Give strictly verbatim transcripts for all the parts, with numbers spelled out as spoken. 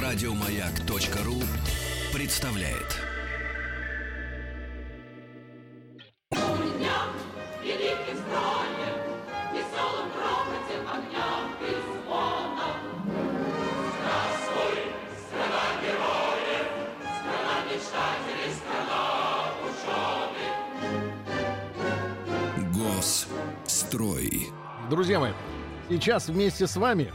Радиомаяк.ру представляет. Госстрой. Друзья мои, сейчас вместе с вами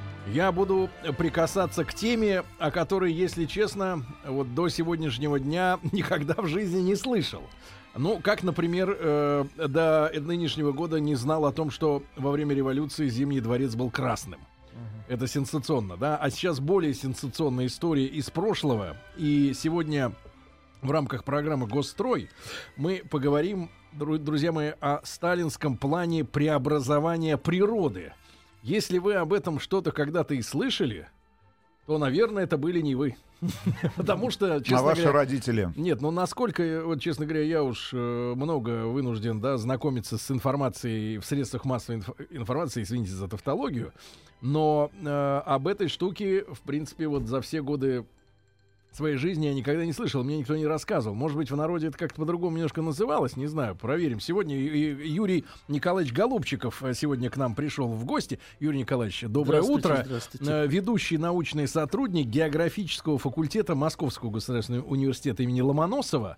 я буду прикасаться к теме, о которой, если честно, вот до сегодняшнего дня никогда в жизни не слышал. Ну, как, например, э, до нынешнего года не знал о том, что во время революции Зимний дворец был красным. Это сенсационно, да? А сейчас более сенсационная история из прошлого. И сегодня в рамках программы «Госстрой» мы поговорим, друзья мои, о сталинском плане преобразования природы. Если вы об этом что-то когда-то и слышали, то, наверное, это были не вы. Потому что, честно говоря... А ваши говоря, родители? Нет, ну насколько, вот, честно говоря, я уж э, много вынужден, да, знакомиться с информацией в средствах массовой инф- информации, извините за тавтологию, но э, об этой штуке, в принципе, вот за все годы своей жизни я никогда не слышал, мне никто не рассказывал. Может быть, в народе это как-то по-другому немножко называлось, не знаю, проверим. Сегодня Юрий Николаевич Голубчиков сегодня к нам пришел в гости. Юрий Николаевич, доброе утро. Здравствуйте. Ведущий научный сотрудник географического факультета Московского государственного университета имени Ломоносова.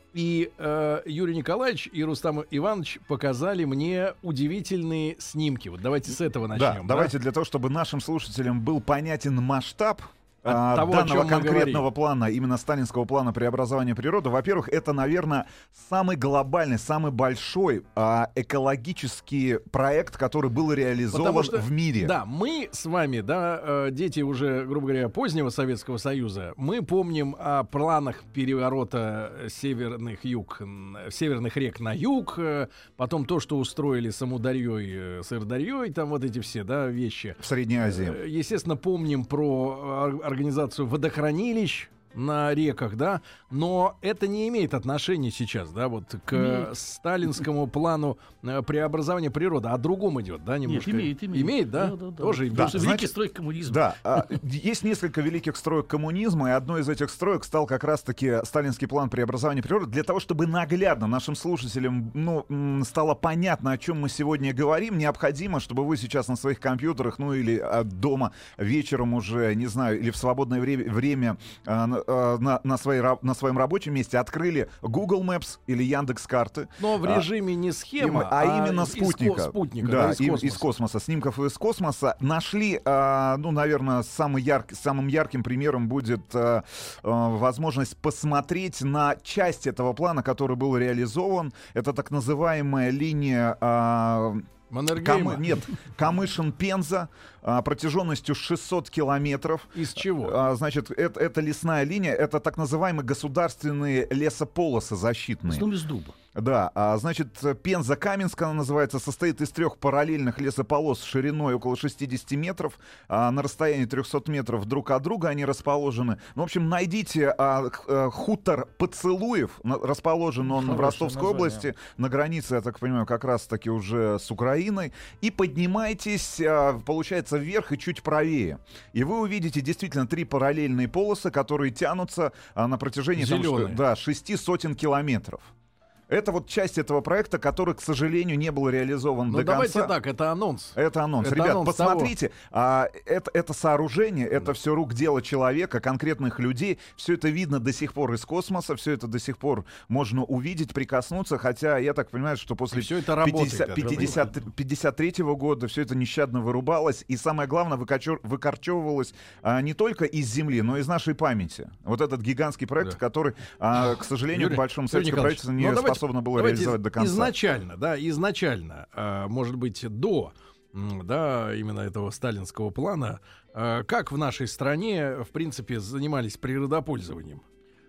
И э, Юрий Николаевич и Рустам Иванович показали мне удивительные снимки. Вот давайте с этого начнем. Да, да? Давайте для того, чтобы нашим слушателям был понятен масштаб От того, данного конкретного плана, именно сталинского плана преобразования природы. Во-первых, это, наверное, самый глобальный, самый большой а, экологический проект, который был реализован что, в мире. Да, мы с вами, да, дети уже, грубо говоря, позднего Советского Союза, мы помним о планах переворота северных юг, северных рек на юг, потом то, что устроили Самударьей, Сырдарьей, там вот эти все, да, вещи. В Средней Азии. Естественно, помним про организацию водохранилищ на реках, да, но это не имеет отношения сейчас, да, вот к имеет. сталинскому плану э, преобразования природы, а о другом идет, да, немножко. Нет, имеет, имеет. Имеет, да? Да, да, да. Тоже да. имеет. Да, великий строек коммунизма. Да, а, есть несколько великих строек коммунизма, и одной из этих строек стал как раз-таки сталинский план преобразования природы. Для того, чтобы наглядно нашим слушателям, ну, стало понятно, о чем мы сегодня говорим, необходимо, чтобы вы сейчас на своих компьютерах, ну, или а, дома вечером уже, не знаю, или в свободное время, время а, а, на, на Своей, на своем рабочем месте открыли Google Maps или Яндекс.Карты. Но в режиме не схема, а, а именно из, спутника. Из, спутника да, да, из, космоса. из космоса. Снимков из космоса. Нашли, а, ну, наверное, самый ярк, самым ярким примером будет а, а, возможность посмотреть на часть этого плана, который был реализован. Это так называемая линия... А, Маннергейма. Камы, нет, Камышин-Пенза а, протяженностью шестьсот километров. Из чего? А, значит, это, это лесная линия, это так называемые государственные лесополосы защитные. Основном из дуба. Да, а, значит, Пенза-Каменск, она называется, состоит из трех параллельных лесополос шириной около шестьдесят метров, а, на расстоянии триста метров друг от друга они расположены. Ну, в общем, найдите а, х, хутор Поцелуев, на, расположен он Хорошее в Ростовской название. области, на границе, я так понимаю, как раз-таки уже с Украиной, и поднимайтесь, а, получается, вверх и чуть правее. И вы увидите действительно три параллельные полосы, которые тянутся а, на протяжении там, что, да, шести сотен километров. Это вот часть этого проекта, который, к сожалению, не был реализован ну, до давайте конца. так, это анонс. Это анонс. Это Ребят, анонс посмотрите, а, это, это сооружение, это да. все рук дело человека, конкретных людей. Все это видно до сих пор из космоса, все это до сих пор можно увидеть, прикоснуться, хотя я так понимаю, что после пятьдесят третьего года все это нещадно вырубалось, и самое главное, выкачер, выкорчевывалось а, не только из Земли, но и из нашей памяти. Вот этот гигантский проект, да. который, а, к сожалению, Юрий, к большому советскому правительству не способен было Давайте реализовать до конца. Изначально, да, изначально, э, может быть, до, да, именно этого сталинского плана, э, как в нашей стране, в принципе, занимались природопользованием?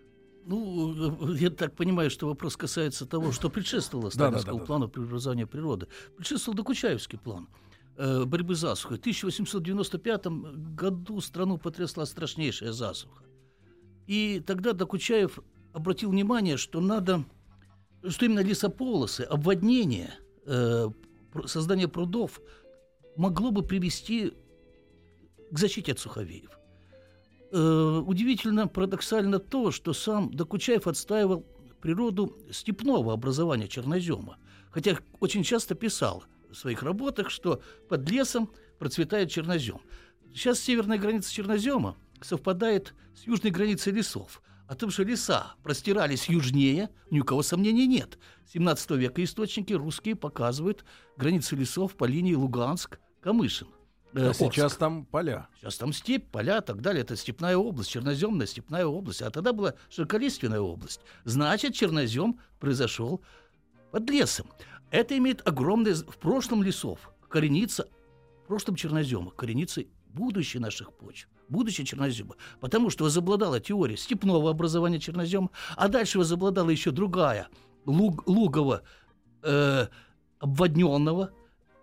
Ну, я так понимаю, что вопрос касается того, что предшествовало сталинскому да, да, да, плану преобразования природы. Предшествовал Докучаевский план э, борьбы с засухой. В тысяча восемьсот девяносто пятом году страну потрясла страшнейшая засуха. И тогда Докучаев обратил внимание, что надо... что именно лесополосы, обводнение, э, создание прудов могло бы привести к защите от суховеев. э, удивительно, парадоксально то, что сам Докучаев отстаивал природу степного образования чернозема. Хотя очень часто писал в своих работах, что под лесом процветает чернозем. Сейчас северная граница чернозема совпадает с южной границей лесов. О том, что леса простирались южнее, ни у кого сомнений нет. С семнадцатого века источники русские показывают границу лесов по линии Луганск-Камышин. А сейчас там поля. Сейчас там степь, поля и так далее. Это степная область, черноземная степная область. А тогда была широколиственная область. Значит, чернозем произошел под лесом. Это имеет огромное... В прошлом лесов коренится, в прошлом чернозема коренится будущее наших почв, будущее чернозема. Потому что возобладала теория степного образования чернозема, а дальше возобладала еще другая, луг, лугово э, обводненного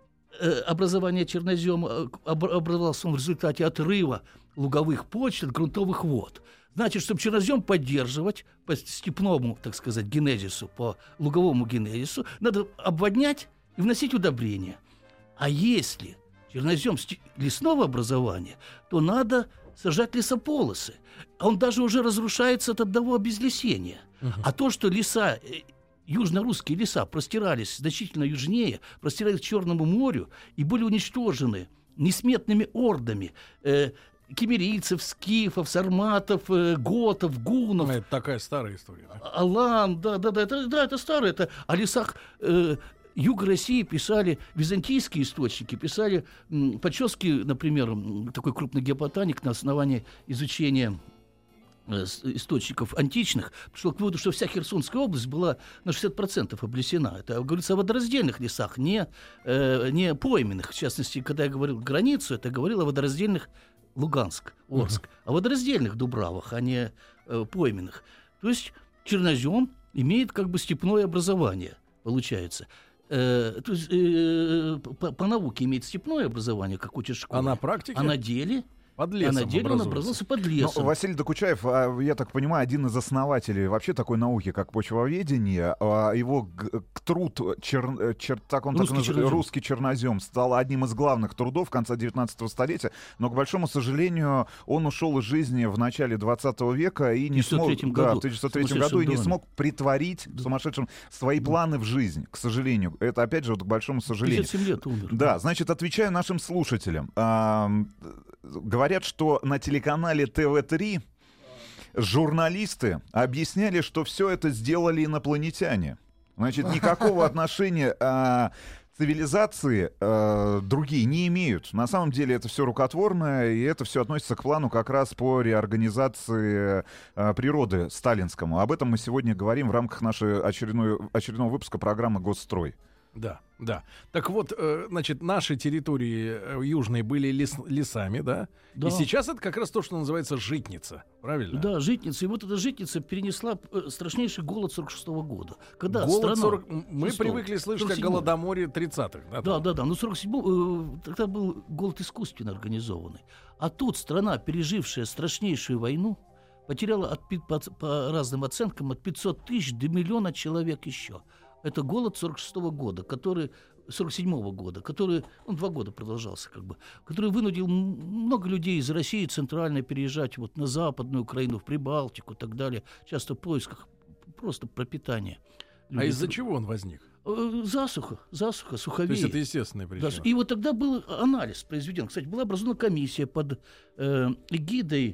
э, образования чернозема. Образовался он в результате отрыва луговых почв от грунтовых вод. Значит, чтобы чернозем поддерживать по степному, так сказать, генезису, по луговому генезису, надо обводнять и вносить удобрения. А если чернозем лесного образования, то надо сажать лесополосы. А он даже уже разрушается от одного обезлесения. Uh-huh. А то, что леса, южно-русские леса простирались значительно южнее, простирались к Черному морю и были уничтожены несметными ордами э, киммерийцев, скифов, сарматов, э, готов, гунов. Это такая старая история. Да? Алан, да, да, да, это, да, это старое. Это о лесах э, юга России писали византийские источники, писали м, Почёский, например, такой крупный геоботаник на основании изучения э, источников античных, пришел к выводу, что вся Херсонская область была на шестьдесят процентов облесена. Это говорится о водораздельных лесах, не, э, не пойменных. В частности, когда я говорил границу, это я говорил о водораздельных Луганск, Орск, uh-huh. о водораздельных дубравах, а не э, пойменных. То есть чернозем имеет как бы степное образование, получается. Э, то есть, э, по, по науке имеет степное образование, как учат в школе. А на практике? А на деле... Под лесом а на деле он образовался под лесом. Но Василий Докучаев, я так понимаю, один из основателей вообще такой науки, как почвоведение. Его труд, чер, чер, так он русский, так чернозем. «Русский чернозем» стал одним из главных трудов конца девятнадцатого столетия. Но, к большому сожалению, он ушел из жизни в начале двадцатого века и не смог, да, в тысяча девятьсот третьем году и не смог притворить да. сумасшедшим свои планы в жизнь, к сожалению. Это, опять же, вот, к большому сожалению. пятьдесят семь лет умер. Да, значит, отвечаю нашим слушателям. Говорят, что на телеканале тэ вэ три журналисты объясняли, что все это сделали инопланетяне. Значит, никакого отношения а, цивилизации а, другие не имеют. На самом деле это все рукотворное, и это все относится к плану как раз по реорганизации а, природы сталинскому. Об этом мы сегодня говорим в рамках нашей очередной, очередного выпуска программы «Госстрой». Да, да. Так вот, э, значит, наши территории южные были лес, лесами, да? Да? И сейчас это как раз то, что называется житница, правильно? Да, житница. И вот эта житница перенесла страшнейший голод сорок шестого года. Когда голод страна... сорок... Мы привыкли слышать о голодоморе тридцатых. Да, да, да, да. Но сорок седьмой тогда был голод искусственно организованный. А тут страна, пережившая страшнейшую войну, потеряла от, по, по разным оценкам от пятисот тысяч до миллиона человек еще. Это голод сорок шестого года, который, сорок седьмого года, который, он два года продолжался, как бы, который вынудил много людей из России центральной переезжать вот на Западную Украину, в Прибалтику и так далее, часто в поисках просто пропитания. Люди... А из-за чего он возник? Засуха, засуха, суховей. То есть это естественная причина. И вот тогда был анализ произведен. Кстати, была образована комиссия под э, эгидой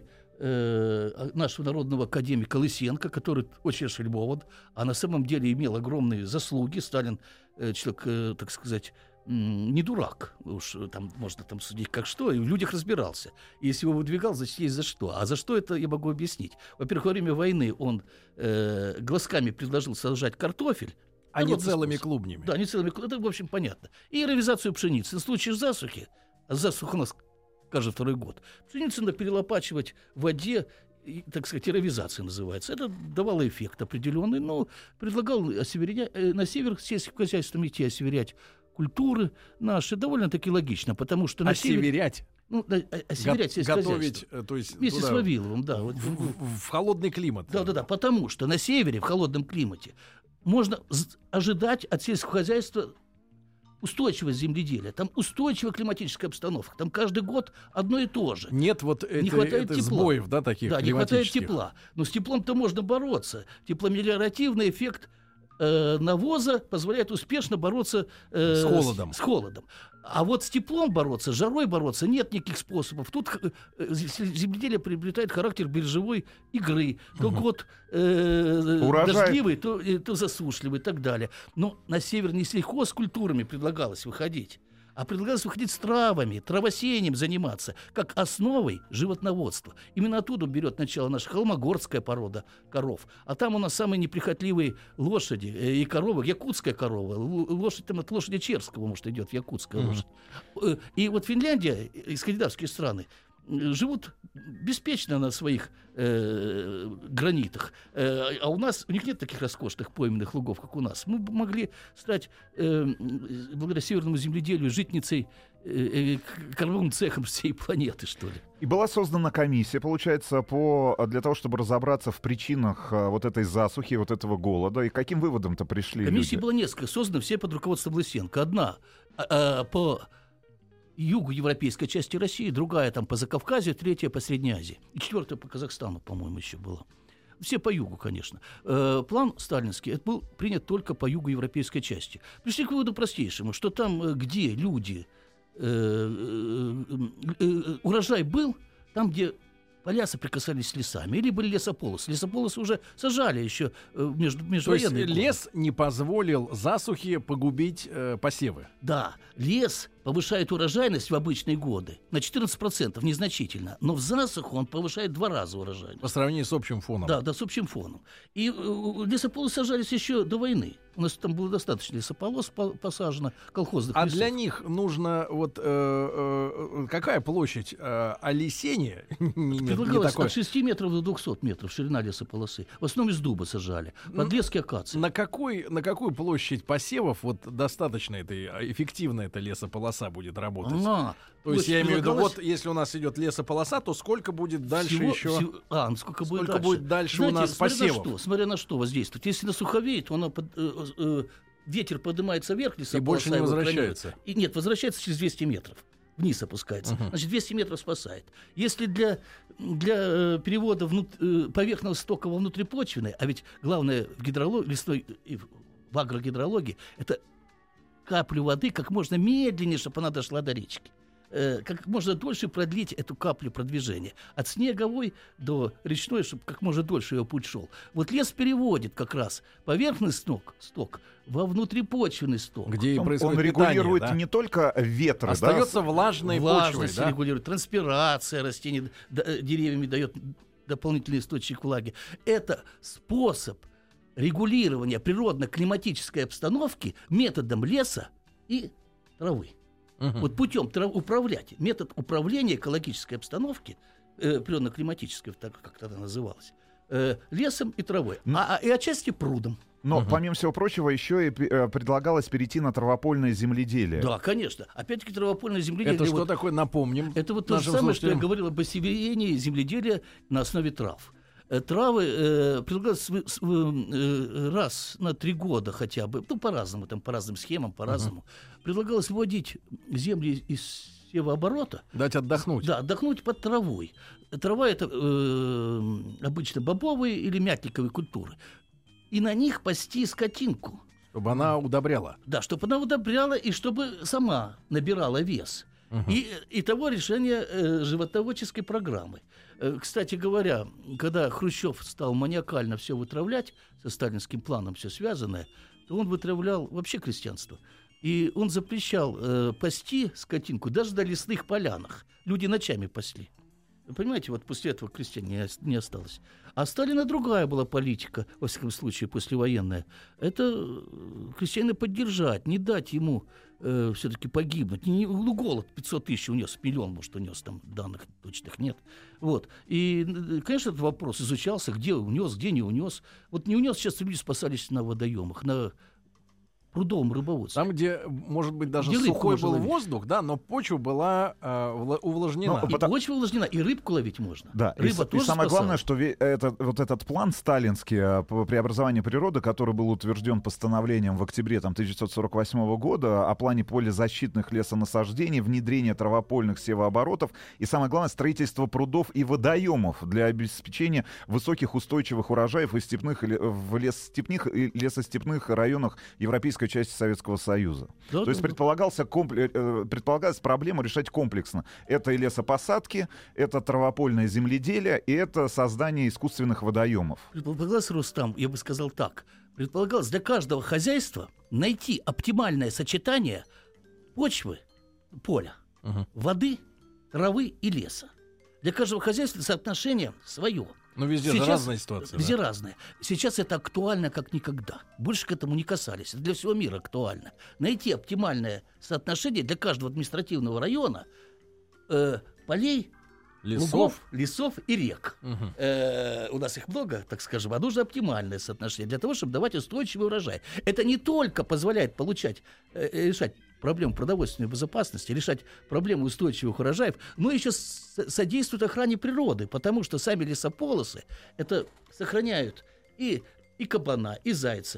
нашего народного академика Лысенко, который очень ошельмован, а на самом деле имел огромные заслуги. Сталин, человек, так сказать, не дурак. Уж там можно там судить как что, и в людях разбирался. И если его выдвигал, значит, есть за что. А за что это я могу объяснить. Во-первых, во время войны он э, глазками предложил сажать картофель, а не целыми клубнями. Да, не целыми клубнями. Это, в общем, понятно. И аэровизацию пшеницы. В случае засухи, а засуха у нас каждый второй год, пшеницу надо перелопачивать в воде, и, так сказать, аэровизация называется. Это давало эффект определенный, но предлагал осеверя... на север сельским хозяйством идти осеверять культуры наши. Довольно-таки логично, потому что... На осеверять? Север... Ну, осеверять сельское готовить, то есть вместе туда, с Вавиловым, да. В, в, в холодный климат. Да-да-да, потому что на севере, в холодном климате, можно ожидать от сельского хозяйства устойчивость земледелия, там устойчивая климатическая обстановка, там каждый год одно и то же. Нет вот не этой, хватает этой тепла. сбоев, да, таких Да, не хватает тепла. Но с теплом-то можно бороться. Тепломелиоративный эффект э, навоза позволяет успешно бороться э, с холодом. С, с холодом. А вот с теплом бороться, с жарой бороться нет никаких способов. Тут э, земледелие приобретает характер биржевой игры. То угу. год э, дождливый, то, э, то засушливый и так далее. Но на север не сельхозкультурами предлагалось выходить, а предлагалось выходить с травами, травосеянием заниматься, как основой животноводства. Именно оттуда берет начало наша холмогорская порода коров. А там у нас самые неприхотливые лошади и коровы, якутская корова. Лошадь там от лошади Черского, может, идет якутская mm-hmm. лошадь. И вот Финляндия и скандинавские страны живут беспечно на своих э, гранитах. Э, а у нас, у них нет таких роскошных пойменных лугов, как у нас. Мы бы могли стать, э, благодаря северному земледелию, житницей, э, э, кормовым цехом всей планеты, что ли. И была создана комиссия, получается, по, для того, чтобы разобраться в причинах а, вот этой засухи, вот этого голода. И к каким выводам-то пришли Комиссий люди? было несколько, созданы все под руководством Лысенко. Одна а, а, по югу европейской части России, другая там по Закавказью, третья по Средней Азии. И четвертая по Казахстану, по-моему, еще была. Все по югу, конечно. Э, план сталинский это был принят только по югу европейской части. Пришли к выводу простейшему, что там, где люди, э, э, э, урожай был, там, где поля соприкасались с лесами, или были лесополосы. Лесополосы уже сажали еще э, между, межвоенные годы. То есть лес не позволил засухе погубить э, посевы? Да, лес повышает урожайность в обычные годы на четырнадцать процентов, незначительно. Но в засуху он повышает два раза урожайность. По сравнению с общим фоном. Да, да, с общим фоном. И э, лесополосы сажались еще до войны. У нас там было достаточно лесополос посажено, колхозных А лесов. для них нужно вот э, э, какая площадь э, олесения? Предлагалось такое... от шести метров до двухсот метров ширина лесополосы. В основном из дуба сажали. Подлески акации. На, какой, на какую площадь посевов вот достаточно этой, эффективно эта лесополоса будет работать? А, то есть я имею в виду, вот если у нас идет лесополоса, то сколько будет дальше всего, еще? Всего, а, ну сколько, сколько будет дальше? будет дальше Знаете, у нас смотря посевов? На что, смотря на что воздействует. Если на суховей, то оно под, э, э, ветер поднимается вверх, лесополоса и больше не возвращается. И нет, возвращается через двести метров. Вниз опускается. Uh-huh. Значит, двести метров спасает. Если для, для э, перевода внут, э, поверхностного стока во внутрипочвенный, а ведь главное в гидрологии, лесной, э, в агрогидрологии, это каплю воды как можно медленнее, чтобы она дошла до речки. Э, как можно дольше продлить эту каплю продвижения. От снеговой до речной, чтобы как можно дольше ее путь шел. Вот лес переводит как раз поверхностный сток, сток во внутрипочвенный сток. Где и он, происходит он питание, регулирует да? не только ветры, остается да? влажной Влажность почвой, да? регулирует, транспирация растений да, деревьями дает дополнительный источник влаги. Это способ регулирования природно-климатической обстановки методом леса и травы. Uh-huh. Вот путем трав- управлять. Метод управления экологической обстановки, э, природно-климатической, так как тогда называлось, э, лесом и травой, mm. а, и отчасти прудом. Но, uh-huh. помимо всего прочего, еще и э, предлагалось перейти на травопольное земледелие. Да, конечно. Опять-таки травопольное земледелие. Это что вот, такое, напомним? Это вот то же самое, что я говорил об осеверении земледелия на основе трав. Травы э, предлагаются э, раз на три года хотя бы, ну, по-разному, там, по разным схемам, по-разному. Uh-huh. Предлагалось вводить земли из севооборота. Дать отдохнуть. Да, отдохнуть под травой. Трава — это э, обычно бобовые или мятликовые культуры. И на них пасти скотинку. Чтобы она удобряла. Да, чтобы она удобряла и чтобы сама набирала вес. Uh-huh. И, и того решения э, животноводческой программы. Э, кстати говоря, когда Хрущев стал маниакально все вытравлять, со сталинским планом все связанное, то он вытравлял вообще крестьянство. И он запрещал э, пасти скотинку даже на лесных полянах. Люди ночами пасли. Вы понимаете, вот после этого крестьян не, не осталось. А Сталина другая была политика, во всяком случае, послевоенная. Это крестьянина поддержать, не дать ему э, все-таки погибнуть. Не, ну, голод пятьсот тысяч унес, миллион, может, унес, там данных точных нет. Вот. И, конечно, этот вопрос изучался, где унес, где не унес. Вот не унес, сейчас люди спасались на водоемах, на прудовом рыбоводстве. Там, где, может быть, даже где сухой был ловить. Воздух, да, но почва была э, увлажнена. Ну, и потому... почва увлажнена, и рыбку ловить можно. Да, Рыба и, тоже и самое спасала. главное, что это, вот этот план сталинский по преобразованию природы, который был утвержден постановлением в октябре там, тысяча девятьсот сорок восьмого года о плане полезащитных лесонасаждений, внедрение травопольных севооборотов и, самое главное, строительство прудов и водоемов для обеспечения высоких устойчивых урожаев в степных, в лесостепных и лесостепных районах европейской части Советского Союза. Да, То да, есть да. Предполагался компле... предполагалась проблему решать комплексно. Это и лесопосадки, это травопольное земледелие, и это создание искусственных водоемов. Предполагалось, Рустам, я бы сказал так, предполагалось для каждого хозяйства найти оптимальное сочетание почвы, поля, угу. воды, травы и леса. Для каждого хозяйства соотношение свое. Но везде Сейчас, разная ситуация. Везде да? разная. Сейчас это актуально как никогда. Больше к этому не касались. Это для всего мира актуально. Найти оптимальное соотношение для каждого административного района э, полей, лесов. лугов, лесов и рек. Угу. Э, у нас их много, так скажем, а нужно оптимальное соотношение для того, чтобы давать устойчивый урожай. Это не только позволяет получать, э, решать проблему продовольственной безопасности, решать проблему устойчивых урожаев, но еще с- содействует охране природы, потому что сами лесополосы это сохраняют и и кабана, и зайца,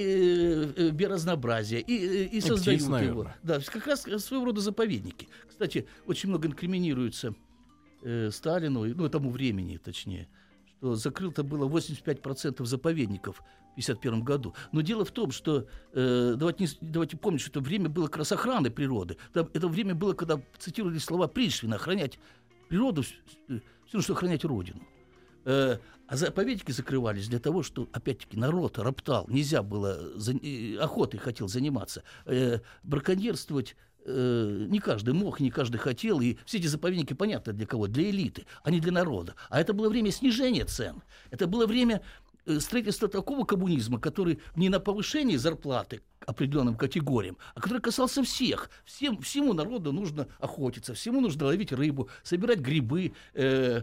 и э, биоразнообразие, и, и создают птиц, его. Да, как раз своего рода заповедники. Кстати, очень много инкриминируется э, Сталину, ну, тому времени, точнее, что закрыто было восемьдесят пять процентов заповедников в пятьдесят первом году. Но дело в том, что э, давайте, не, давайте помнить, что это время было как раз охраны природы. Там, это время было, когда цитировали слова Пришвина: охранять природу, все равно, что охранять родину. Э, а заповедники закрывались для того, что, опять-таки, народ роптал. Нельзя было, за, э, охотой хотел заниматься. Э, браконьерствовать э, не каждый мог, не каждый хотел. И все эти заповедники, понятно для кого? Для элиты, а не для народа. А это было время снижения цен. Это было время э, строительства такого коммунизма, который не на повышении зарплаты определенным категориям, а который касался всех. Всем, всему народу нужно охотиться, всему нужно ловить рыбу, собирать грибы, э,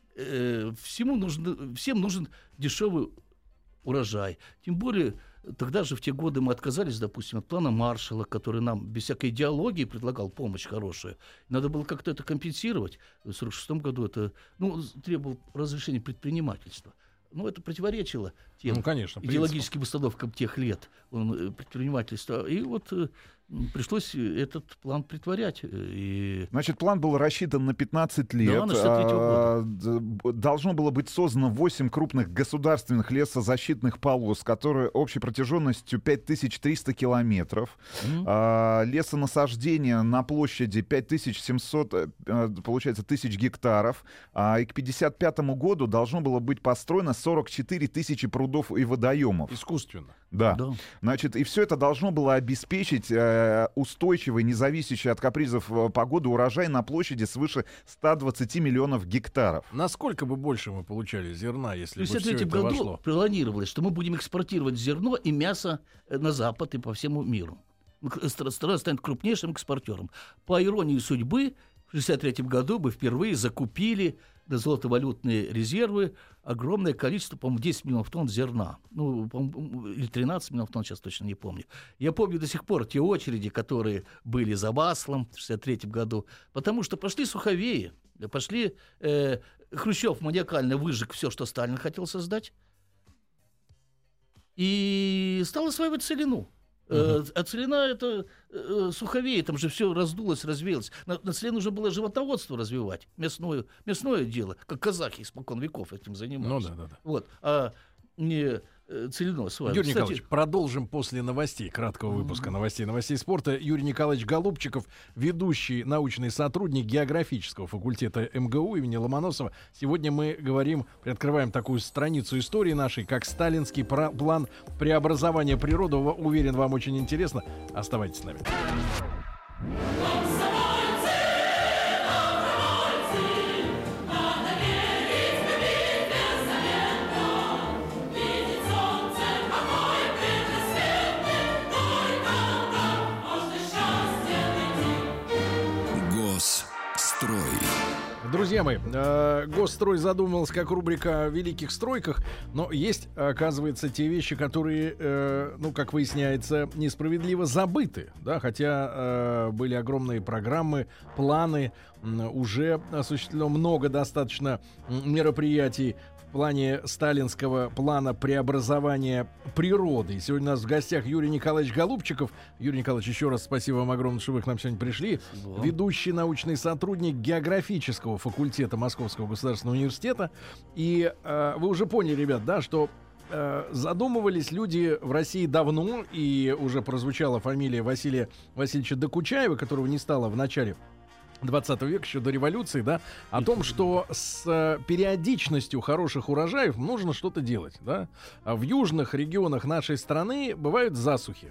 Всему нужно, всем нужен дешевый урожай. Тем более, тогда же в те годы мы отказались, допустим, от плана Маршалла, который нам без всякой идеологии предлагал помощь хорошую. Надо было как-то это компенсировать. В сорок шестом году это ну, требовало разрешения предпринимательства. Ну, это противоречило тем ну, конечно, идеологическим установкам тех лет он, предпринимательства. И вот э, пришлось этот план притворять. И... Значит, план был рассчитан на пятнадцать лет. Да, на шестьдесят третьего года. Должно было быть создано восемь крупных государственных лесозащитных полос, которые общей протяженностью пять тысяч триста километров. Mm-hmm. А, лесонасаждение на площади пять тысяч семьсот, получается, тысяч гектаров. А, и к пятьдесят пятому году должно было быть построено сорок четыре тысячи прудов и водоемов. Искусственно. Да. да. Значит, и все это должно было обеспечить э, устойчивый, независящий от капризов погоды урожай на площади свыше ста двадцати миллионов гектаров. Насколько бы больше мы получали зерна, если бы все это В пятьдесят третьем году вошло? планировалось, что мы будем экспортировать зерно и мясо на Запад и по всему миру. Страна станет крупнейшим экспортером. По иронии судьбы, в шестьдесят третьем году мы впервые закупили на золотовалютные резервы огромное количество, по-моему, десять миллионов тонн зерна. Ну, или тринадцать миллионов тонн, сейчас точно не помню. Я помню до сих пор те очереди, которые были за маслом в шестьдесят третьем году, потому что пошли суховеи, пошли... Э, Хрущев маниакально выжег все, что Сталин хотел создать, и стал осваивать целину. Uh-huh. А целина — это э, суховей, там же все раздулось, развеялось. На, на целине нужно было животноводство развивать, мясное, мясное дело, как казахи испокон веков этим занимались. Ну да, да, да. Вот, а не целину осваивать. Юрий Кстати, Николаевич, продолжим после новостей, краткого выпуска новостей, новостей спорта. Юрий Николаевич Голубчиков, ведущий научный сотрудник географического факультета эм гэ у имени Ломоносова. Сегодня мы говорим, приоткрываем такую страницу истории нашей, как сталинский план преобразования природы. Уверен, вам очень интересно. Оставайтесь с нами. Госстрой. Друзья мои, э, Госстрой задумывался как рубрика о великих стройках, но есть, оказывается, те вещи, которые, э, ну, как выясняется, несправедливо забыты, да, хотя э, были огромные программы, планы, э, уже осуществлено много достаточно мероприятий в плане сталинского плана преобразования природы. И сегодня у нас в гостях Юрий Николаевич Голубчиков. Юрий Николаевич, еще раз спасибо вам огромное, что вы к нам сегодня пришли. Спасибо. Ведущий научный сотрудник географического факультета Московского государственного университета. И э, вы уже поняли, ребят, да, что э, задумывались люди в России давно, и уже прозвучала фамилия Василия Васильевича Докучаева, которого не стало в начале двадцатого века, еще до революции, да, о том, что с э, периодичностью хороших урожаев нужно что-то делать, да. В южных регионах нашей страны бывают засухи,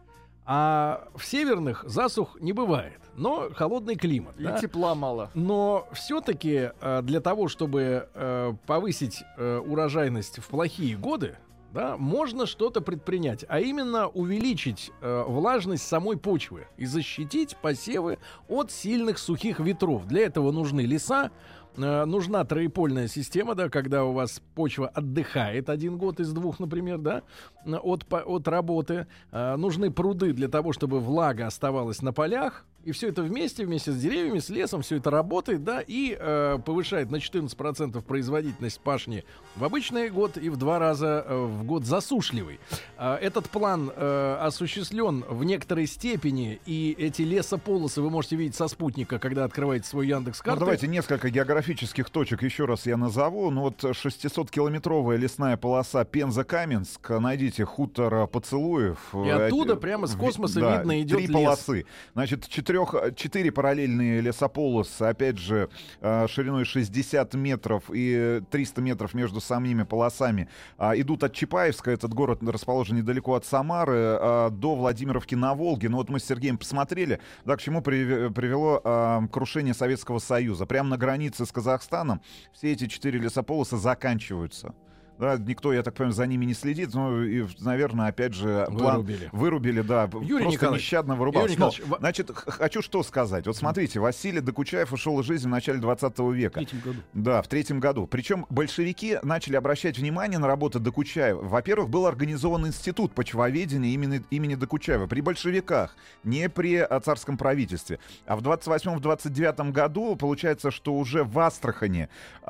а в северных засух не бывает, но холодный климат. И да? тепла мало. Но все-таки э, для того, чтобы э, повысить э, урожайность в плохие годы, да, можно что-то предпринять, а именно увеличить э, влажность самой почвы и защитить посевы от сильных сухих ветров. Для этого нужны леса, э, нужна троепольная система, да, когда у вас почва отдыхает один год из двух, например, да, от, от работы. Э, нужны пруды для того, чтобы влага оставалась на полях. И все это вместе, вместе с деревьями, с лесом, все это работает, да, и э, повышает на четырнадцать процентов производительность пашни в обычный год и в два раза э, в год засушливый. Э, этот план э, осуществлен в некоторой степени, и эти лесополосы вы можете видеть со спутника, когда открываете свой Яндекс.Карты. Ну, давайте несколько географических точек еще раз я назову. Ну вот шестисоткилометровая лесная полоса Пенза-Каменск, найдите хутор Поцелуев. И оттуда прямо с космоса да, видно идет три лес. полосы. Значит, четыре Четыре параллельные лесополосы, опять же, шириной шестьдесят метров и триста метров между самими полосами, идут от Чапаевска, этот город расположен недалеко от Самары, до Владимировки на Волге. Ну вот мы с Сергеем посмотрели, да, к чему привело крушение Советского Союза. Прямо на границе с Казахстаном все эти четыре лесополоса заканчиваются. Да, никто, я так понимаю, за ними не следит, но, и, наверное, опять же... Вырубили. План, вырубили, да. Юрий просто нещадно вырубался. Но, значит, х- хочу что сказать. Вот смотрите, Василий Докучаев ушел из жизни в начале двадцатого века. В третьем году. Да, в третьем году. Причем большевики начали обращать внимание на работу Докучаева. Во-первых, был организован институт почвоведения имени, имени Докучаева при большевиках, не при царском правительстве. А в двадцать восьмом — двадцать девятом году, получается, что уже в Астрахани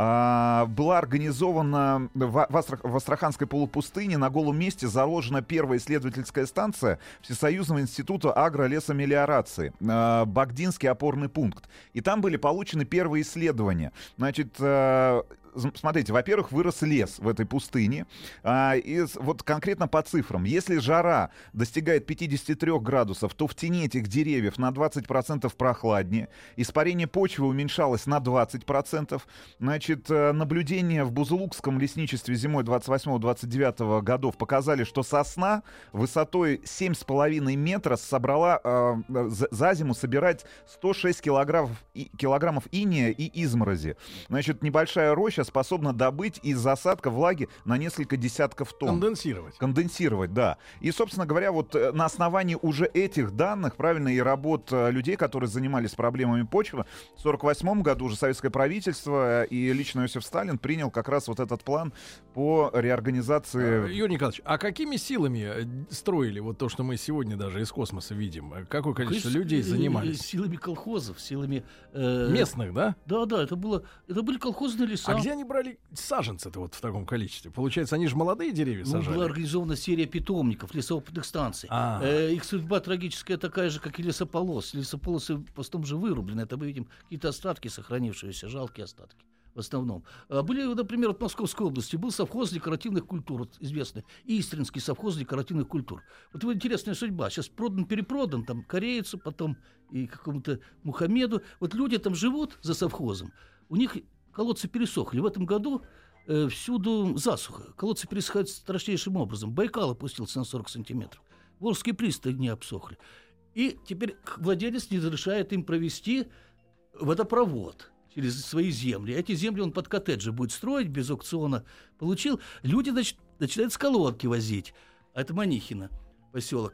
а, была организована... В, в, Астрах, в Астраханской полупустыне на голом месте заложена первая исследовательская станция Всесоюзного института агролесомелиорации, э, Багдинский опорный пункт. И там были получены первые исследования. Значит, э, смотрите, во-первых, вырос лес в этой пустыне. А, и вот конкретно по цифрам. Если жара достигает пятьдесят три градусов, то в тени этих деревьев на двадцать процентов прохладнее. Испарение почвы уменьшалось на двадцать процентов. Значит, наблюдения в Бузулукском лесничестве зимой двадцать восьмого — двадцать девятого годов показали, что сосна высотой семь с половиной метра собрала э, за, за зиму собирать сто шесть килограммов, и, килограммов инея и изморози. Значит, небольшая роща способна добыть из засадка влаги на несколько десятков тонн. Конденсировать. Конденсировать, да. И, собственно говоря, вот на основании уже этих данных, правильно, и работ людей, которые занимались проблемами почвы, в сорок восьмом году уже советское правительство и лично Иосиф Сталин принял как раз вот этот план по реорганизации... Юрий Николаевич, а какими силами строили вот то, что мы сегодня даже из космоса видим? Какое количество Конечно, людей занимались? Силами колхозов, силами... Э, Местных, да? Да, да, это, было, это были колхозные леса. А где они брали саженцы-то вот в таком количестве? Получается, они же молодые деревья ну, сажали? Была организована серия питомников, лесоопытных станций. Э, их судьба трагическая такая же, как и лесополос. Лесополосы в том же вырублены. Это мы видим какие-то остатки сохранившиеся, жалкие остатки. В основном. Были, например, в Московской области был совхоз декоративных культур, вот известный, Истринский совхоз декоративных культур. Вот его интересная судьба. Сейчас продан, перепродан, там, корейцу, потом и какому-то Мухаммеду. Вот люди там живут за совхозом, у них колодцы пересохли. В этом году э, всюду засуха. Колодцы пересыхают страшнейшим образом. Байкал опустился на сорок сантиметров. Волжские пристани обсохли. И теперь владелец не разрешает им провести водопровод через свои земли. Эти земли он под коттеджи будет строить, без аукциона получил. Люди, значит, начинают с колодки возить. А это Манихино, поселок.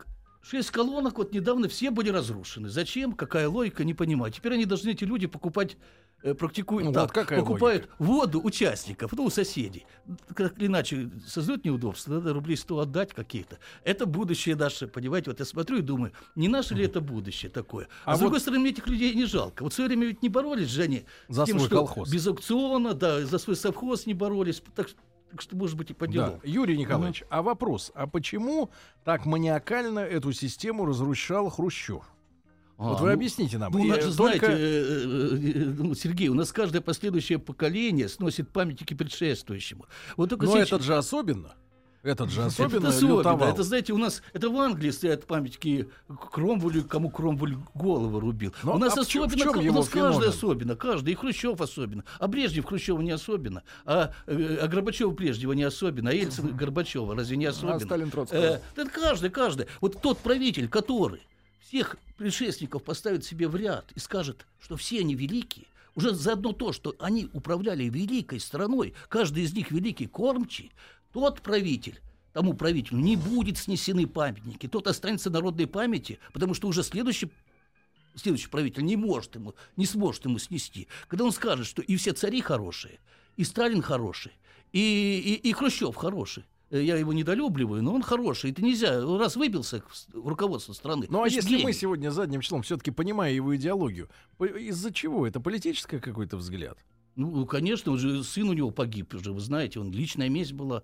Шесть колонок вот недавно все были разрушены. Зачем? Какая логика? Не понимаю. Теперь они должны, эти люди, покупать, э, практикуют ну, так, вот какая покупают логика? воду участников, ну, у соседей. Как иначе создают неудобства, надо рублей сто отдать каких-то. Это будущее наше, понимаете? Вот я смотрю и думаю, не наше ли это будущее такое? А, а с вот... другой стороны, мне этих людей не жалко. Вот в свое время ведь не боролись же они за с тем, свой что колхоз. Без аукциона, да, за свой совхоз не боролись. Так Так что, может быть, и по делу. Да. Юрий Николаевич, uh-huh. а вопрос, а почему так маниакально эту систему разрушал Хрущев? А, вот вы ну, объясните нам. Ну, у нас же, только... знаете, э, э, э, Сергей, у нас каждое последующее поколение сносит памятники предшествующему. Вот только Но сейчас... этот же особенно. Этот же особенно это особенно, лютовал. Это, знаете, у нас это в Англии стоят памятники Кромвелю, кому Кромвель голову рубил. Но, у нас а особенно, в чем, в чем у его нас феномен? каждый особенно, каждый, и Хрущев особенно. А Брежнев Хрущева не особенно. А, а Горбачев Брежнева не особенно. А Ельцин Горбачева разве не особенно? А Сталин Троцкого. Э, это каждый, каждый. Вот тот правитель, который всех предшественников поставит себе в ряд и скажет, что все они великие, уже заодно то, что они управляли великой страной, каждый из них великий кормчий, тот правитель, тому правителю не будет снесены памятники, тот останется народной памяти, потому что уже следующий, следующий правитель не может ему, не сможет ему снести. Когда он скажет, что и все цари хорошие, и Сталин хороший, и, и, и Хрущев хороший. Я его недолюбливаю, но он хороший. Это нельзя. Раз выбился в руководство страны. Ну, а если гений. мы сегодня задним числом, все-таки понимая его идеологию, из-за чего? Это политический какой-то взгляд? Ну, конечно, он же, сын у него погиб уже, вы знаете, он личная месть была,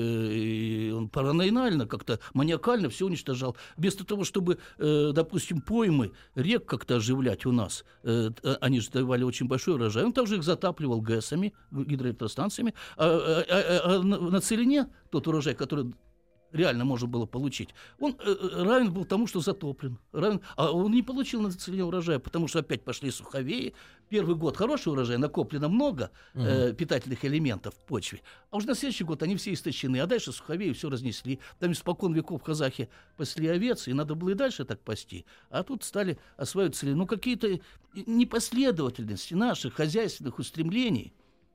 э, он параноидально, как-то маниакально все уничтожал. Вместо того, чтобы, э, допустим, поймы рек как-то оживлять у нас, э, они же давали очень большой урожай, он также их затапливал ГЭСами, гидроэлектростанциями, а, а, а, а на, на целине тот урожай, который реально можно было получить, он э, равен был тому, что затоплен. Равен, а он не получил на целине урожая, потому что опять пошли суховеи. Первый год хороший урожай, накоплено много э, питательных элементов в почве. А уже на следующий год они все истощены. А дальше суховеи все разнесли. Там испокон веков казахи пасли овец, и надо было и дальше так пасти. А тут стали осваивать целину. Ну, какие-то непоследовательности наших хозяйственных устремлений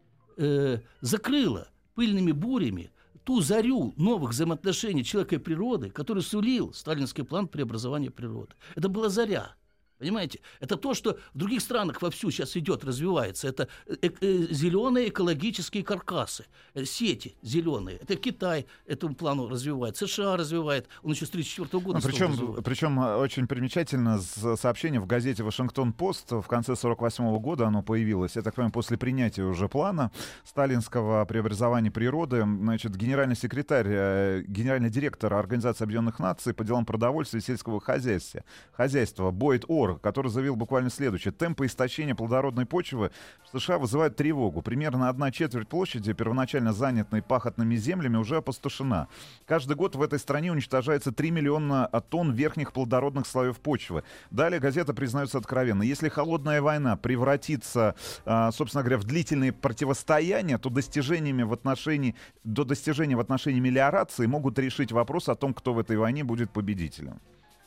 э, закрыло пыльными бурями ту зарю новых взаимоотношений человека и природы, который сулил сталинский план преобразования природы. Это была заря. Понимаете? Это то, что в других странах вовсю сейчас идет, развивается. Это э- э- зеленые экологические каркасы, э- сети зеленые. Это Китай этому плану развивает, США развивает. Он еще с тысяча девятьсот тридцать четвёртого года. Ну, причем, причем очень примечательно сообщение в газете «Вашингтон-Пост» в конце сорок восьмого года оно появилось. Я так понимаю, после принятия уже плана сталинского преобразования природы, значит, генеральный секретарь, э- генеральный директор Организации Объединенных Наций по делам продовольствия и сельского хозяйства, хозяйства Бойд Ор, который заявил буквально следующее. Темпы истощения плодородной почвы в США вызывают тревогу. Примерно одна четверть площади, первоначально занятой пахотными землями, уже опустошена. Каждый год в этой стране уничтожается три миллиона тонн верхних плодородных слоев почвы. Далее газета признается откровенно. Если холодная война превратится, собственно говоря, в длительные противостояния, то достижениями в отношении, до достижения в отношении мелиорации могут решить вопрос о том, кто в этой войне будет победителем.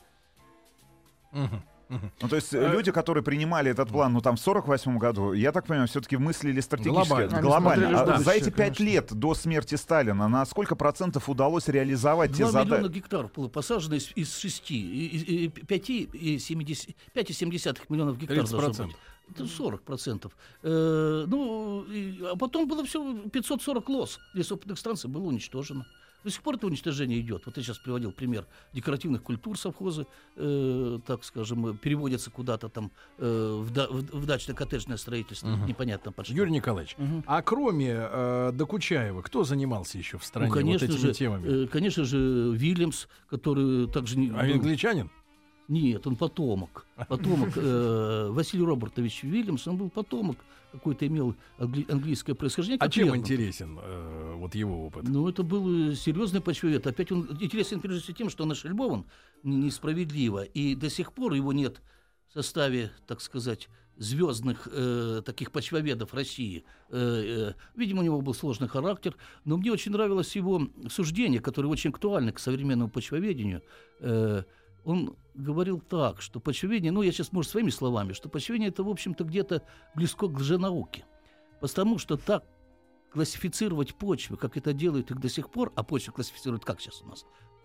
Угу. Uh-huh. Ну, то есть uh-huh. люди, которые принимали этот план, ну, там, в сорок восьмом году, я так понимаю, все-таки мыслили стратегически. Глобально. Глобально. А да, за эти пять конечно. лет до смерти Сталина на сколько процентов удалось реализовать те задачи? два миллиона гектаров было посажено из, из шести, пять и семь десятых миллионов гектаров должно быть. Это сорок процентов. Э, ну, и, а потом было все, пятьсот сорок лос лесопытных станций было уничтожено. До сих пор это уничтожение идет. Вот я сейчас приводил пример декоративных культур совхозы, э, так скажем, переводятся куда-то там э, в, да, в, в дачно-коттеджное строительство. Uh-huh. Непонятно под что. Юрий Николаевич, uh-huh. а кроме э, Докучаева, кто занимался еще в стране ну, конечно вот этими же, темами? Э, конечно же, Вильямс, который также... Не, а был... англичанин? Нет, он потомок. Потомок э, Василий Робертович Вильямс, он был потомок, какой-то имел англи- английское происхождение. А чем Лермонтов. интересен э, вот его опыт? Ну, это был серьезный почвовед. Опять он интересен прежде всего тем, что он ошельбован несправедливо, и до сих пор его нет в составе, так сказать, звездных э, таких почвоведов России. Э, э, видимо, у него был сложный характер, но мне очень нравилось его суждение, которое очень актуально к современному почвоведению. Э, он говорил так, что почвоведение, ну, я сейчас, может, своими словами, что почвоведение это, в общем-то, где-то близко к лженауке. Потому что так классифицировать почвы, как это делают их до сих пор, а почвы классифицируют как сейчас у нас?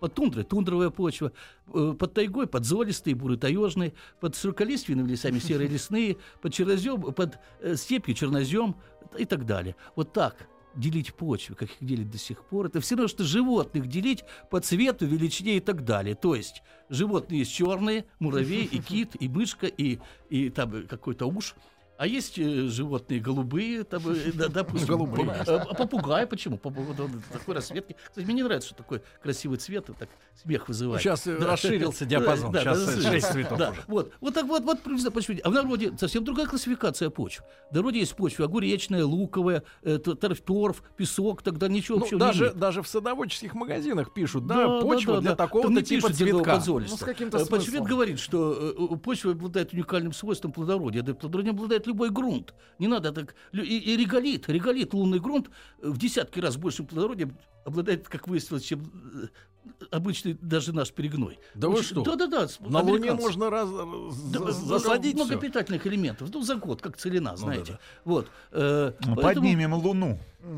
Под тундрой тундровая почва, под тайгой подзолистые, буры-таежные, под широколиственными лесами серые лесные, под чернозем, под степью чернозем и так далее. Вот так делить почвы, как их делят до сих пор, это все равно, что животных делить по цвету, величине и так далее. То есть животные есть черные, муравей, и кит, и мышка, и, и там какой-то уж. А есть э, животные голубые, там, э, да, допустим, голубые. А попугай, почему? Такой расцветки. Кстати, мне не нравится, что такой красивый цвет, так смех вызывает. Сейчас да. расширился диапазон, да, сейчас да, шесть цветов да. уже. Вот, вот так вот, вот приблизительно почему. А в народе совсем другая классификация почв. В народе есть почва огуречная, луковая, э, торф, песок, тогда ничего ну, общего даже, не имеет. Даже в садоводческих магазинах пишут, да, да почва да, для да. такого-то типа цветка. Ну, с каким-то Почвет говорит, что э, почва обладает уникальным свойством плодородия. Да, плодородием обладает любой грунт. Не надо так. И, и реголит, реголит, лунный грунт в десятки раз больше плодородия обладает, как выяснилось, чем обычный даже наш перегной. Да Очень, вы что? Да-да-да. На Луне можно раз, да, засадить много всё. питательных элементов. Ну, за год, как целина, знаете. Ну, да, да. Вот. Э, ну, поэтому, поднимем Луну.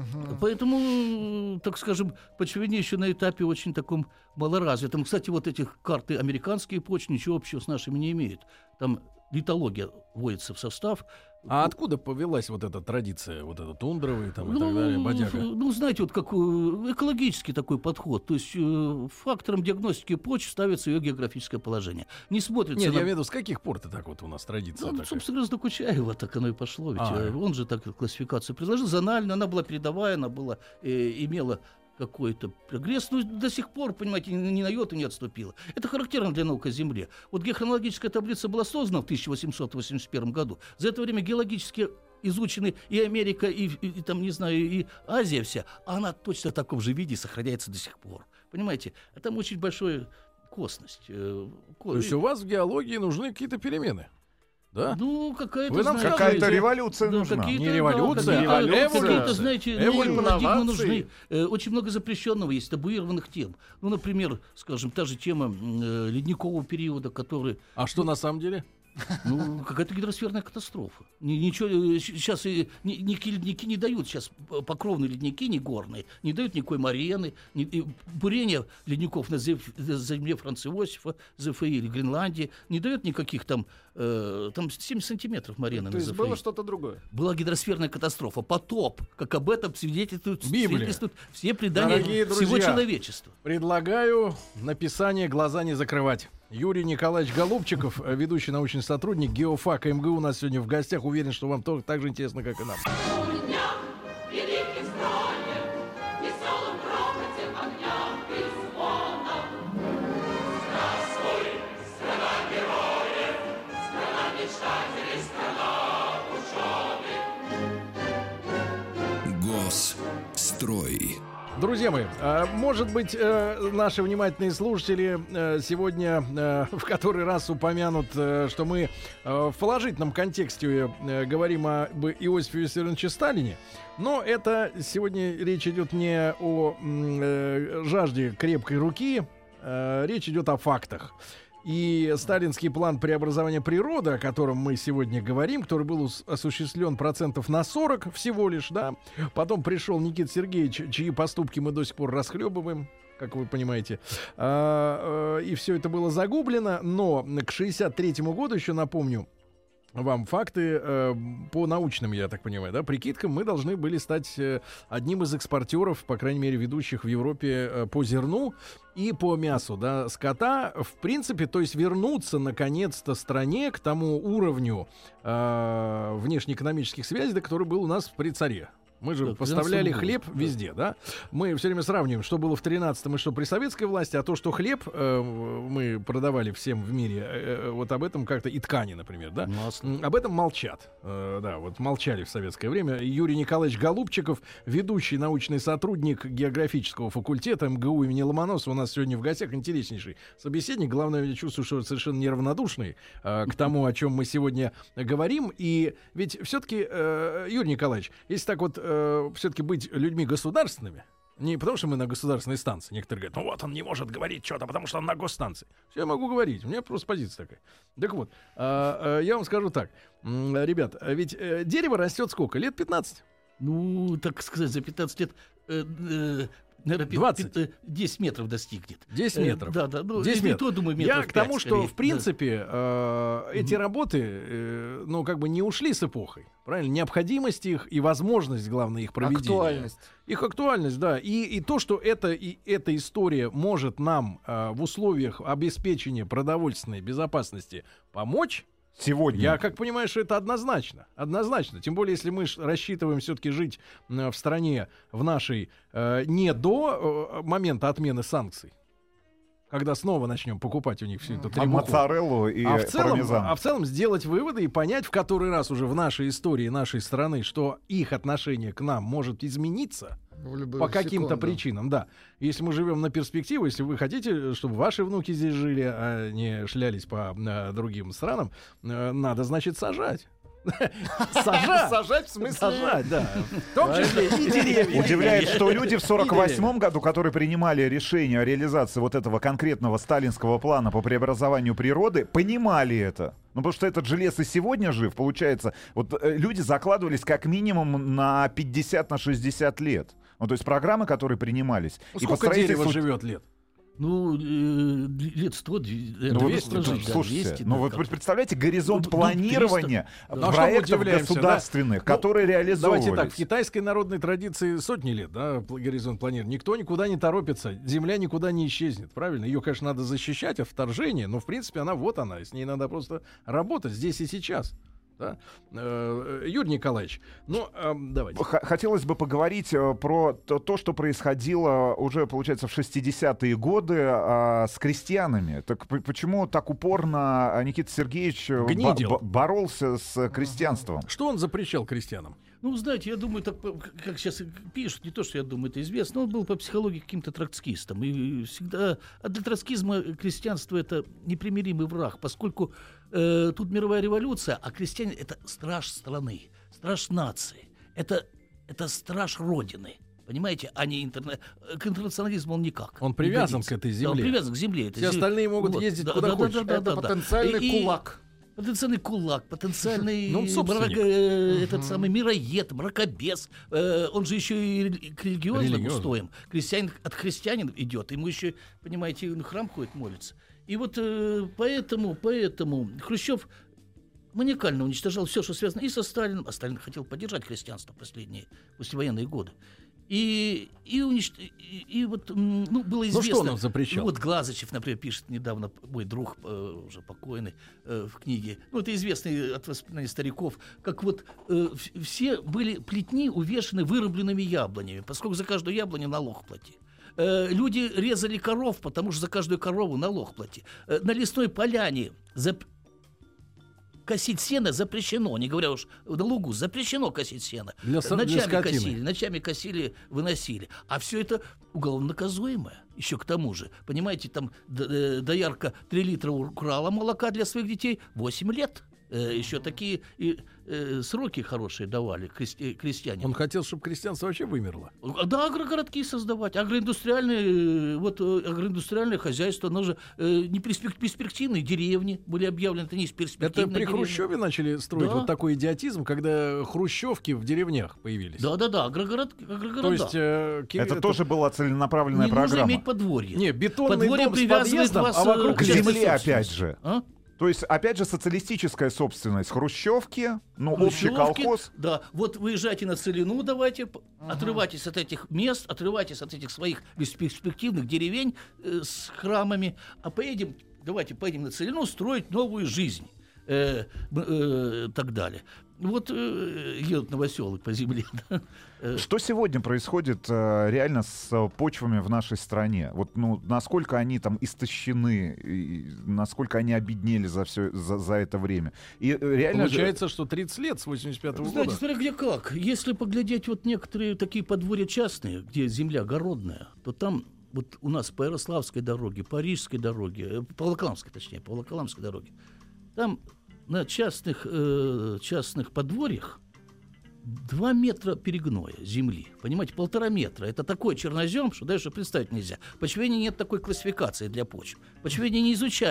Поэтому, так скажем, почвение еще на этапе очень таком малоразвитом. Кстати, вот эти карты американские почвы ничего общего с нашими не имеют. Там литология вводится в состав. А откуда повелась вот эта традиция, вот эта тундровая там, и ну, так далее, бодяга? Ну, знаете, вот как экологический такой подход. То есть э, фактором диагностики почв ставится ее географическое положение. Не смотрится Нет, на... я имею в виду, с каких пор это так вот у нас традиция Ну, такая? собственно, с Докучаева так оно и пошло. Ведь а, он же так классификацию предложил. Зонально, она была передовая, она была, э, имела какой-то прогресс, но до сих пор, понимаете, ни, ни на йоту не отступила. Это характерно для науки о Земле. Вот геохронологическая таблица была создана в тысяча восемьсот восемьдесят первом году. За это время геологически изучены и Америка, и, и, и там, не знаю, и Азия вся. А она точно в таком же виде сохраняется до сих пор. Понимаете? А там очень большая косность. То есть у вас в геологии нужны какие-то перемены? Да? Ну, какая-то, знаете, какая-то революция да, нужна. Не революция, да, а эволюция. Какие-то, знаете, новые парадигмы нужны. Э, очень много запрещенного есть, табуированных тем. Ну, например, скажем, та же тема э, ледникового периода, который... А что на самом деле? Ну, какая-то гидросферная катастрофа. Ничего, сейчас ни, никакие ледники не дают, сейчас покровные ледники, не горные, не дают никакой морены, ни, бурение ледников на земле Франца Иосифа, ЗФИ или Гренландии, не дают никаких там, э, там семь сантиметров морены То на есть ЗФИ. было что-то другое? Была гидросферная катастрофа, потоп, как об этом свидетельствуют, свидетельствуют все предания Дорогие всего друзья, человечества. Предлагаю написание «Глаза не закрывать». Юрий Николаевич Голубчиков, ведущий научный сотрудник геофака эм гэ у, у нас сегодня в гостях. Уверен, что вам тоже так же интересно, как и нам. Госстрой. Друзья мои, может быть, наши внимательные слушатели сегодня в который раз упомянут, что мы в положительном контексте говорим об Иосифе Виссарионовиче Сталине, но это сегодня речь идет не о жажде крепкой руки, речь идет о фактах. И сталинский план преобразования природы, о котором мы сегодня говорим, который был осуществлен процентов на сорок всего лишь, да. Потом пришел Никита Сергеевич, чьи поступки мы до сих пор расхлебываем, как вы понимаете. А, а, и все это было загублено. Но к шестьдесят третьему году, еще напомню вам факты, э, по научным, я так понимаю, да, прикидкам, мы должны были стать э, одним из экспортеров, по крайней мере, ведущих в Европе э, по зерну и по мясу, да, скота, в принципе, то есть вернуться, наконец-то, стране к тому уровню э, внешнеэкономических связей, да, который был у нас при царе. Мы же да, поставляли хлеб да. везде, да? Мы все время сравниваем, что было в тринадцатом и что при советской власти, а то, что хлеб э, мы продавали всем в мире, э, вот об этом как-то, и ткани, например, да? Масло. Об этом молчат. Э, да, вот молчали в советское время. Юрий Николаевич Голубчиков, ведущий научный сотрудник географического факультета эм гэ у имени Ломоносова, у нас сегодня в гостях интереснейший собеседник. Главное, я чувствую, что совершенно неравнодушный э, к тому, о чем мы сегодня говорим. И ведь все-таки, э, Юрий Николаевич, если так вот все-таки быть людьми государственными, не потому что мы на государственной станции. Некоторые говорят, ну вот он не может говорить что-то, потому что он на госстанции. Все, я могу говорить, у меня просто позиция такая. Так вот, а, а, я вам скажу так, ребят, ведь э, дерево растет сколько? Лет пятнадцать? Ну, так сказать, за пятнадцать лет... Э, э, наверное, двадцать? десять метров достигнет. десять метров. Э, да, да. Ну, десять метров. То, думаю, метров Я к тому, пять, что, скорее. в принципе, да. э, эти работы, э, ну, как бы не ушли с эпохой. Правильно? Необходимость их и возможность, главное, их проведения. Актуальность. Их актуальность, да. И, и то, что это, и эта история может нам э, в условиях обеспечения продовольственной безопасности помочь, Сегодня. я как понимаю, что это однозначно. Однозначно. Тем более, если мы рассчитываем все-таки жить э, в стране в нашей э, не до э, момента отмены санкций, когда снова начнем покупать у них всю эту А требуху. моцареллу и а в целом, пармезан. а в целом сделать выводы и понять в который раз уже в нашей истории нашей страны, что их отношение к нам может измениться по каким-то секунду. причинам, да. Если мы живем на перспективу, если вы хотите, чтобы ваши внуки здесь жили, а не шлялись по а, другим странам, э, надо, значит, сажать. Сажать. Сажать в смысле? Сажать, да. В том числе и деревья. Удивляет, что люди в сорок восьмом году, которые принимали решение о реализации вот этого конкретного сталинского плана по преобразованию природы, понимали это. Ну, потому что этот же лес и сегодня жив, получается. Вот э, люди закладывались как минимум на пятьдесят на шестьдесят лет. Ну, то есть программы, которые принимались. И по Сколько дерево строительству- живет лет? Ну, э, лет сто, Ну, вот, двести ну, прожить, да, слушайте, двести, ну да, вот как-то. представляете горизонт Ну, ну, планирования триста. Ну, а что мы проектов удивляемся, да? государственных, Ну, которые реализовывались. Давайте так, в китайской народной традиции сотни лет, да, пл- горизонт планирования. Никто никуда не торопится, земля никуда не исчезнет, правильно? Ее, конечно, надо защищать от вторжения, но, в принципе, она вот она, и с ней надо просто работать здесь и сейчас. Да? Э, Юрий Николаевич, ну, э, давайте. Х- Хотелось бы поговорить э, про то, то, что происходило уже, получается, в шестидесятые годы а, с крестьянами. Так п- почему так упорно а, Никита Сергеевич э, бо- Гнидил. бо- боролся с крестьянством? Что он запрещал крестьянам? Ну, знаете, я думаю, так, по- как сейчас пишут, не то, что я думаю, это известно, он был по психологии каким-то троцкистом. И всегда... А для троцкизма крестьянство — это непримиримый враг, поскольку э, тут мировая революция, а крестьяне — это страж страны, страж нации, это, это страж Родины. Понимаете, а не интерна... к интернационализму он никак. Он не привязан годится. к этой Да, земле. он привязан к земле. Это Все зем- остальные могут Вот. ездить Да, куда да, да, хочешь. да, да, Это да, да. потенциальный И- кулак. Потенциальный кулак, потенциальный Ну, он собственник. мрако- э, этот самый мироед, мракобес. Э, он же еще и рели- к религиозным Религиозный. устоям. Крестьянин от христианин идет. Ему еще, понимаете, на храм ходит, молится. И вот э, поэтому, поэтому Хрущев маниакально уничтожал все, что связано и со Сталином. А Сталин хотел поддержать христианство в последние послевоенные годы. И, и, унич... и, и вот, м, ну, было известно... что он нам запрещал? Ну, вот Глазычев, например, пишет недавно, мой друг, э, уже покойный, э, в книге. Ну, это известный от воспоминаний стариков, как вот э, в- все были плетни увешаны вырубленными яблонями, поскольку за каждую яблоню налог плати. Э, люди резали коров, потому что за каждую корову налог плати. Э, на лесной поляне за... косить сено запрещено, не говоря уж на лугу, запрещено косить сено. Для со- для ночами скотины. косили, ночами косили, выносили. А все это уголовно наказуемое. Еще к тому же, понимаете, там д- э, доярка три литра украла молока для своих детей, восемь лет. Э, еще такие и, э, сроки хорошие давали крести- крестьянам. Он хотел, чтобы крестьянство вообще вымерло. Да, агрогородки создавать, агроиндустриальные, э, вот э, агроиндустриальное хозяйство, оно же э, не перспек- перспективные деревни были объявлены, это не из Это перспективных при деревни. Хрущеве начали строить Да. вот такой идиотизм, когда хрущевки в деревнях появились. Да-да-да, агрогород, агрогорода. То есть э, ки- Это тоже была целенаправленная не нужно программа. иметь подворье. Не, бетонный Подворье дом с привязывает подъездом, вас, а вокруг К э, лес. земле, собственность. опять же. А? То есть, опять же, социалистическая собственность хрущевки, ну, общий Хрущевки, колхоз. Да, вот выезжайте на Целину, давайте, п- отрывайтесь от этих мест, отрывайтесь от этих своих перспективных деревень э, с храмами, а поедем, давайте поедем на Целину строить новую жизнь. Э, м, э, так далее. Вот э, едут новоселы по земле. да. Э, Что сегодня происходит э, реально с э, почвами в нашей стране? Вот, ну, насколько они там истощены, и насколько они обеднели за все за, за это время? И э, реально же- Получается, что тридцать лет с восемьдесят пятого Знаете, года. смотря где как. Если поглядеть вот некоторые такие подворья частные, где земля огородная, то там вот у нас по Ярославской дороге, по Рижской дороге, э, по Волоколамской, точнее, по Волоколамской дороге, там на частных, э, частных подворьях два метра перегноя земли. Понимаете, полтора метра. Это такой чернозем, что даже представить нельзя. Почвение нет такой классификации для почв. Почвение не изучает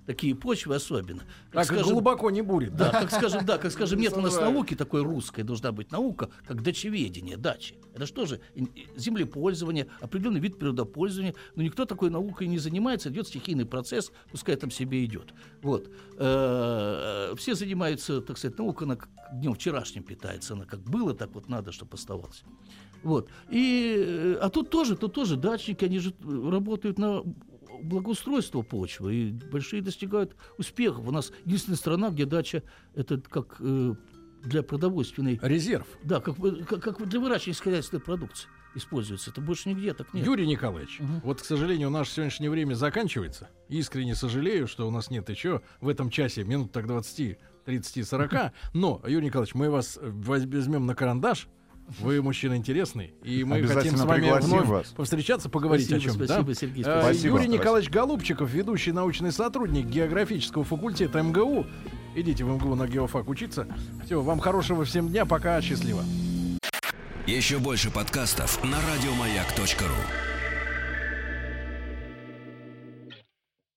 такие почвы особенно. Как, так скажем, глубоко не бурит. Да, как скажем, да, как скажем, нет у нас науки такой русской, должна быть наука, как дачеведение, дачи. Это что же? Землепользование, определенный вид природопользования, но никто такой наукой не занимается, идет стихийный процесс, пускай там себе идет. Вот. Все занимаются, так сказать, наука, она днем вчерашним питается, она как было, так вот надо, чтобы оставалось. Вот. И, а тут тоже, тут тоже дачники, они же работают на благоустройство почвы и большие достигают успехов. У нас единственная страна, где дача это как э, для продовольственной... Резерв. Да, как, как, как для выращивания хозяйственной продукции используется. Это больше нигде так нет. Юрий Николаевич, угу. вот, к сожалению, наше сегодняшнее время заканчивается. Искренне сожалею, что у нас нет еще в этом часе минут так двадцать, тридцать, сорок. Но, Юрий Николаевич, мы вас возьмем на карандаш. Вы мужчина интересный, и мы хотим с вами вновь вас. повстречаться, поговорить спасибо, о чем-то. Спасибо, да? Сергей, спасибо. Спасибо. Юрий Николаевич Голубчиков, ведущий научный сотрудник географического факультета эм гэ у. Идите в эм гэ у на геофак учиться. Все, вам хорошего всем дня, пока, счастливо. Еще больше подкастов на радиомаяк точка ру.